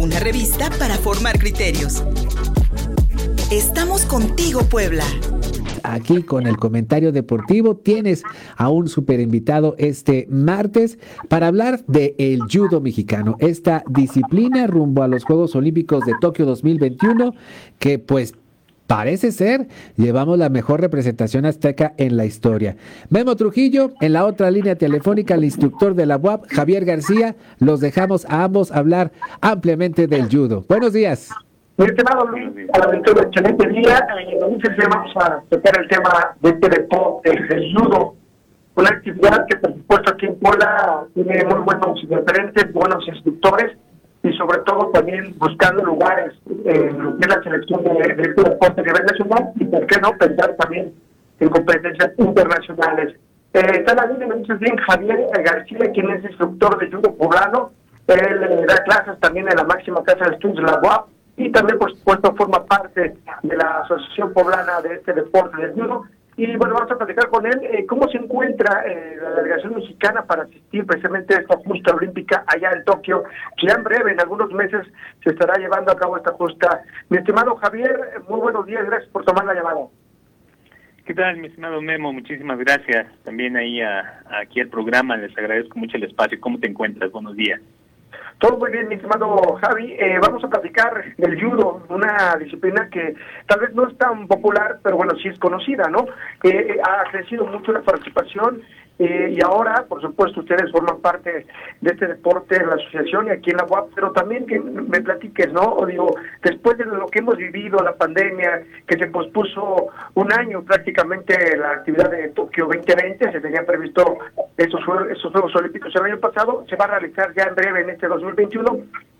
una revista para formar criterios. Estamos contigo, Puebla. Aquí con el comentario deportivo tienes a un super invitado este martes para hablar de el judo mexicano, esta disciplina rumbo a los Juegos Olímpicos de Tokio 2021 que pues parece ser llevamos la mejor representación azteca en la historia. Memo Trujillo, en la otra línea telefónica el instructor de la UAP, Javier García. Los dejamos a ambos hablar ampliamente del judo. Buenos días. Mi estimado Luis, un excelente día. Vamos a tocar el tema de este deporte, el judo, una actividad que, por supuesto, aquí en Puebla tiene muy buenos referentes, buenos instructores y, sobre todo, también buscando lugares en lo que es la selección de este deporte a nivel nacional y, ¿por qué no?, pensar también en competencias internacionales. Está en la línea, me dice bien, Javier García, quien es instructor de judo poblano. Él da clases también en la máxima casa de estudios de la UAP. Y también, por supuesto, forma parte de la Asociación Poblana de este deporte del judo. Y bueno, vamos a platicar con él cómo se encuentra la delegación mexicana para asistir precisamente a esta justa olímpica allá en Tokio, que ya en breve, en algunos meses, se estará llevando a cabo esta justa. Mi estimado Javier, muy buenos días, gracias por tomar la llamada. ¿Qué tal, mi estimado Memo? Muchísimas gracias. También ahí aquí al programa, les agradezco mucho el espacio. ¿Cómo te encuentras? Buenos días. Todo muy bien, mi estimado Javi. Vamos a platicar del judo, una disciplina que tal vez no es tan popular, pero bueno, sí es conocida, ¿no? Ha crecido mucho la participación y ahora, por supuesto, ustedes forman parte de este deporte en la asociación y aquí en la UAP, pero también que me platiques, ¿no? O digo, después de lo que hemos vivido, la pandemia, que se pospuso un año prácticamente la actividad de Tokio 2020, se tenía previsto esos Juegos Olímpicos el año pasado, se va a realizar ya en breve en este 2021.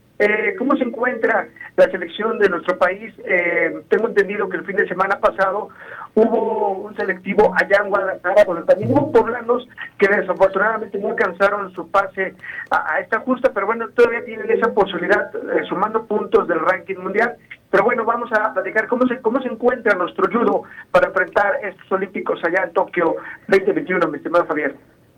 ¿Cómo se encuentra la selección de nuestro país? Tengo entendido que el fin de semana pasado hubo un selectivo allá en Guadalajara, donde también hubo poblanos que desafortunadamente no alcanzaron su pase a esta justa, pero bueno, todavía tienen esa posibilidad sumando puntos del ranking mundial. Pero bueno, vamos a platicar cómo se encuentra nuestro judo para enfrentar estos Olímpicos allá en Tokio 2021, mi estimado Javier.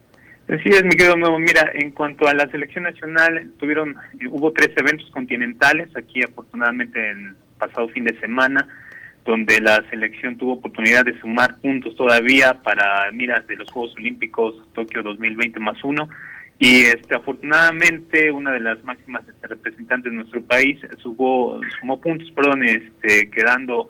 Así es, mi querido Nuevo. Mira, en cuanto a la selección nacional, hubo 3 eventos continentales, aquí afortunadamente el pasado fin de semana, donde la selección tuvo oportunidad de sumar puntos todavía para miras de los Juegos Olímpicos Tokio 2020+1, y afortunadamente una de las máximas representantes de nuestro país sumó puntos, quedando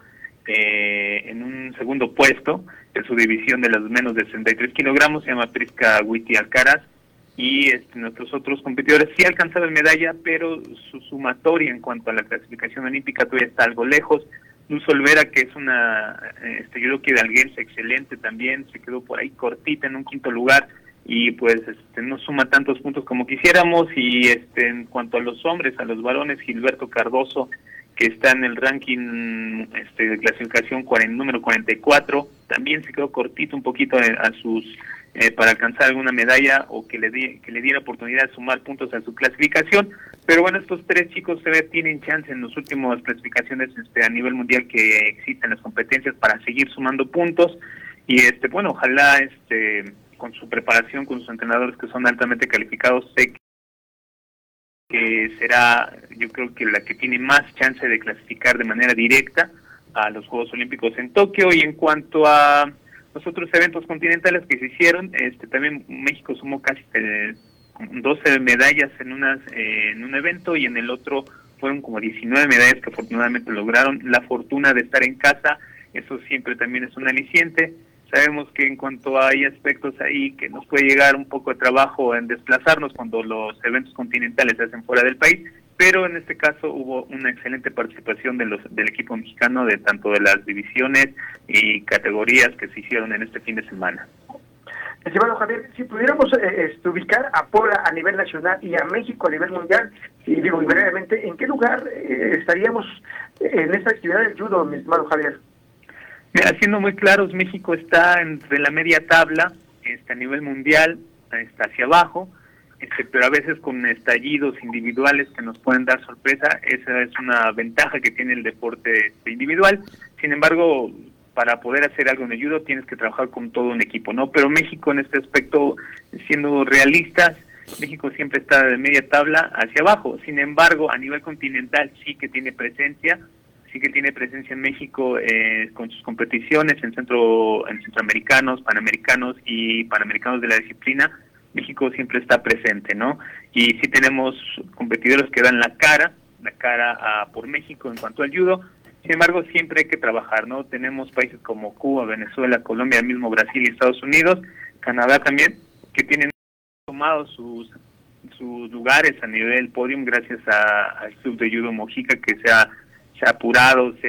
en un segundo puesto en su división de los menos de 63 kilogramos, se llama Prisca Huiti Alcaraz, y nuestros otros competidores sí alcanzaron medalla, pero su sumatoria en cuanto a la clasificación olímpica todavía está algo lejos. Luz Olvera, que es una judoka hidalguense excelente también, se quedó por ahí cortita en un 5º lugar, y pues no suma tantos puntos como quisiéramos. Y en cuanto a los hombres, a los varones, Gilberto Cardoso, que está en el ranking de clasificación número 44, también se quedó cortito un poquito a sus para alcanzar alguna medalla o que le diera oportunidad de sumar puntos a su clasificación. Pero bueno, estos 3 chicos tienen chance en las últimas clasificaciones a nivel mundial que existen las competencias para seguir sumando puntos. Y bueno, ojalá con su preparación, con sus entrenadores que son altamente calificados, sé que será, yo creo que la que tiene más chance de clasificar de manera directa a los Juegos Olímpicos en Tokio. Y en cuanto a los otros eventos continentales que se hicieron, también México sumó casi 12 medallas en un evento, y en el otro fueron como 19 medallas que afortunadamente lograron. La fortuna de estar en casa, eso siempre también es un aliciente. Sabemos que en cuanto hay aspectos ahí que nos puede llegar un poco de trabajo en desplazarnos cuando los eventos continentales se hacen fuera del país, pero en este caso hubo una excelente participación del equipo mexicano, de tanto de las divisiones y categorías que se hicieron en este fin de semana. Estimado Javier, si pudiéramos ubicar a Puebla a nivel nacional y a México a nivel mundial, y digo brevemente, ¿en qué lugar estaríamos en esta actividad del judo, mi estimado Javier? Mira, siendo muy claros, México está entre la media tabla, a nivel mundial, está hacia abajo, pero a veces con estallidos individuales que nos pueden dar sorpresa. Esa es una ventaja que tiene el deporte individual. Sin embargo, para poder hacer algo en el judo tienes que trabajar con todo un equipo, ¿no? Pero México en este aspecto, siendo realistas, México siempre está de media tabla hacia abajo. Sin embargo, a nivel continental sí que tiene presencia en México con sus competiciones en centroamericanos, panamericanos y panamericanos de la disciplina. México siempre está presente, ¿no? Y sí tenemos competidores que dan la cara por México en cuanto al judo. Sin embargo, siempre hay que trabajar, ¿no? Tenemos países como Cuba, Venezuela, Colombia, el mismo Brasil y Estados Unidos, Canadá también, que tienen tomado sus lugares a nivel podium gracias al Club de Judo Mojica, que se ha apurado, le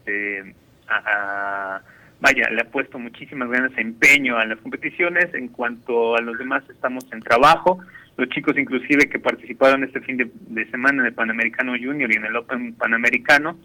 ha puesto muchísimas ganas de empeño a las competiciones. En cuanto a los demás, estamos en trabajo. Los chicos inclusive que participaron este fin de semana en el Panamericano Junior y en el Open Panamericano,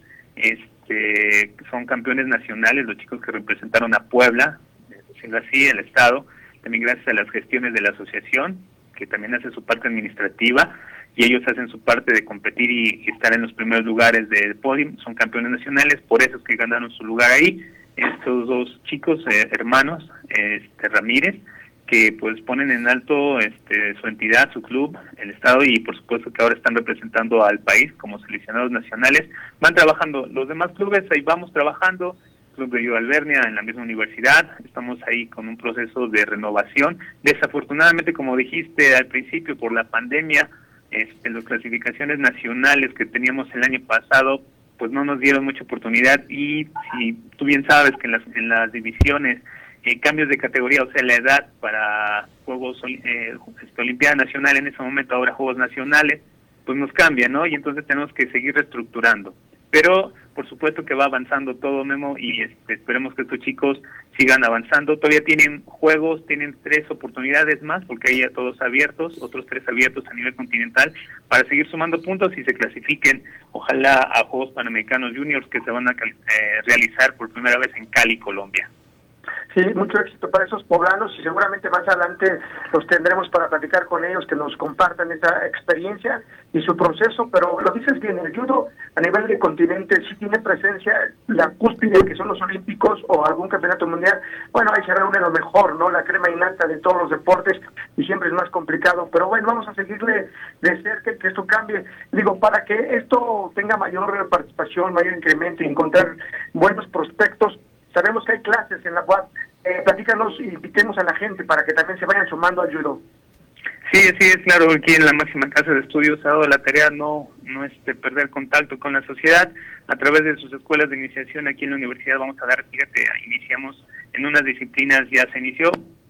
son campeones nacionales, los chicos que representaron a Puebla, siendo así, el Estado, también gracias a las gestiones de la asociación, que también hace su parte administrativa, y ellos hacen su parte de competir y estar en los primeros lugares del podium, son campeones nacionales, por eso es que ganaron su lugar ahí. Estos dos chicos, hermanos, Ramírez, que pues ponen en alto su entidad, su club, el Estado, y por supuesto que ahora están representando al país como seleccionados nacionales. Van trabajando los demás clubes, ahí vamos trabajando. Club de Judo Albernia en la misma universidad, estamos ahí con un proceso de renovación. Desafortunadamente, como dijiste al principio, por la pandemia, las clasificaciones nacionales que teníamos el año pasado pues no nos dieron mucha oportunidad, y si tú bien sabes que en las divisiones cambios de categoría, o sea, la edad para Juegos Olimpiada Nacional en ese momento, ahora Juegos Nacionales, pues nos cambia, ¿no? Y entonces tenemos que seguir reestructurando. Pero por supuesto que va avanzando todo, Memo, y esperemos que estos chicos sigan avanzando. Todavía tienen juegos, tienen 3 oportunidades más, porque hay ya todos abiertos, otros 3 abiertos a nivel continental, para seguir sumando puntos y se clasifiquen, ojalá, a Juegos Panamericanos Juniors, que se van a realizar por primera vez en Cali, Colombia. Sí, mucho éxito para esos poblanos, y seguramente más adelante los tendremos para platicar con ellos, que nos compartan esa experiencia y su proceso. Pero lo dices bien, el judo a nivel de continente sí tiene presencia, la cúspide que son los olímpicos o algún campeonato mundial. Bueno, ahí se reúne lo mejor, ¿no? La crema innata de todos los deportes, y siempre es más complicado. Pero bueno, vamos a seguirle de cerca que esto cambie. Digo, para que esto tenga mayor participación, mayor incremento y encontrar buenos prospectos. Sabemos que hay clases en la UAP, platícanos y invitemos a la gente para que también se vayan sumando al judo. Sí, es claro, aquí en la máxima casa de estudios ha dado la tarea no perder contacto con la sociedad. A través de sus escuelas de iniciación aquí en la universidad vamos a dar, fíjate, iniciamos en unas disciplinas, ya se inició,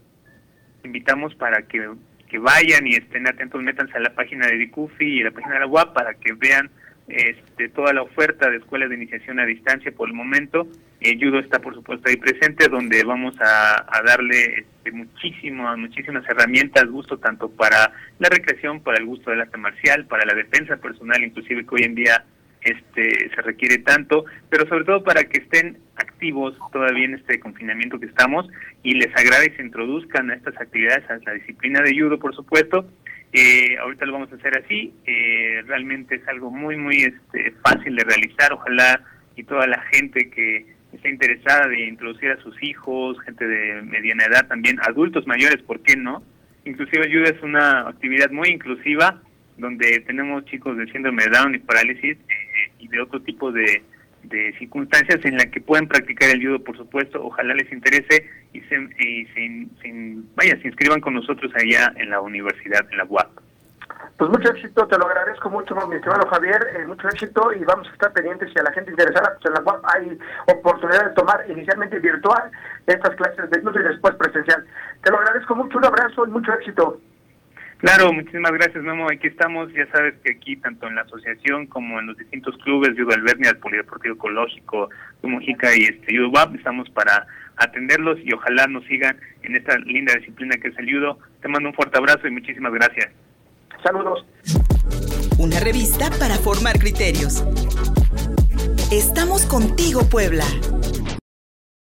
invitamos para que vayan y estén atentos, métanse a la página de DICUFI y a la página de la UAP para que vean toda la oferta de escuelas de iniciación a distancia por el momento. Judo está por supuesto ahí presente, donde vamos a darle muchísimas herramientas, gusto tanto para la recreación, para el gusto del arte marcial, para la defensa personal, inclusive que hoy en día se requiere tanto, pero sobre todo para que estén activos todavía en este confinamiento que estamos, y les agrade y se introduzcan a estas actividades, a la disciplina de judo, por supuesto. Ahorita lo vamos a hacer así, realmente es algo muy fácil de realizar. Ojalá y toda la gente que esté interesada de introducir a sus hijos, gente de mediana edad también, adultos mayores, ¿por qué no? Inclusive el judo es una actividad muy inclusiva, donde tenemos chicos de síndrome de Down y parálisis y de otro tipo de circunstancias en las que pueden practicar el judo, por supuesto. Ojalá les interese y se inscriban con nosotros allá en la universidad, en la UAP. Pues mucho éxito, te lo agradezco mucho, mi estimado Javier, mucho éxito, y vamos a estar pendientes. Si a la gente interesada, pues en la UAP hay oportunidad de tomar inicialmente virtual estas clases de judo y después presencial. Te lo agradezco mucho, un abrazo y mucho éxito. Claro, muchísimas gracias, Memo. Aquí estamos, ya sabes que aquí, tanto en la asociación como en los distintos clubes, Judo Albernia, el Polideportivo Ecológico, Judo Mojica y Judo UAP, estamos para atenderlos y ojalá nos sigan en esta linda disciplina que es el judo. Te mando un fuerte abrazo y muchísimas gracias. Saludos. Una revista para formar criterios. Estamos contigo, Puebla.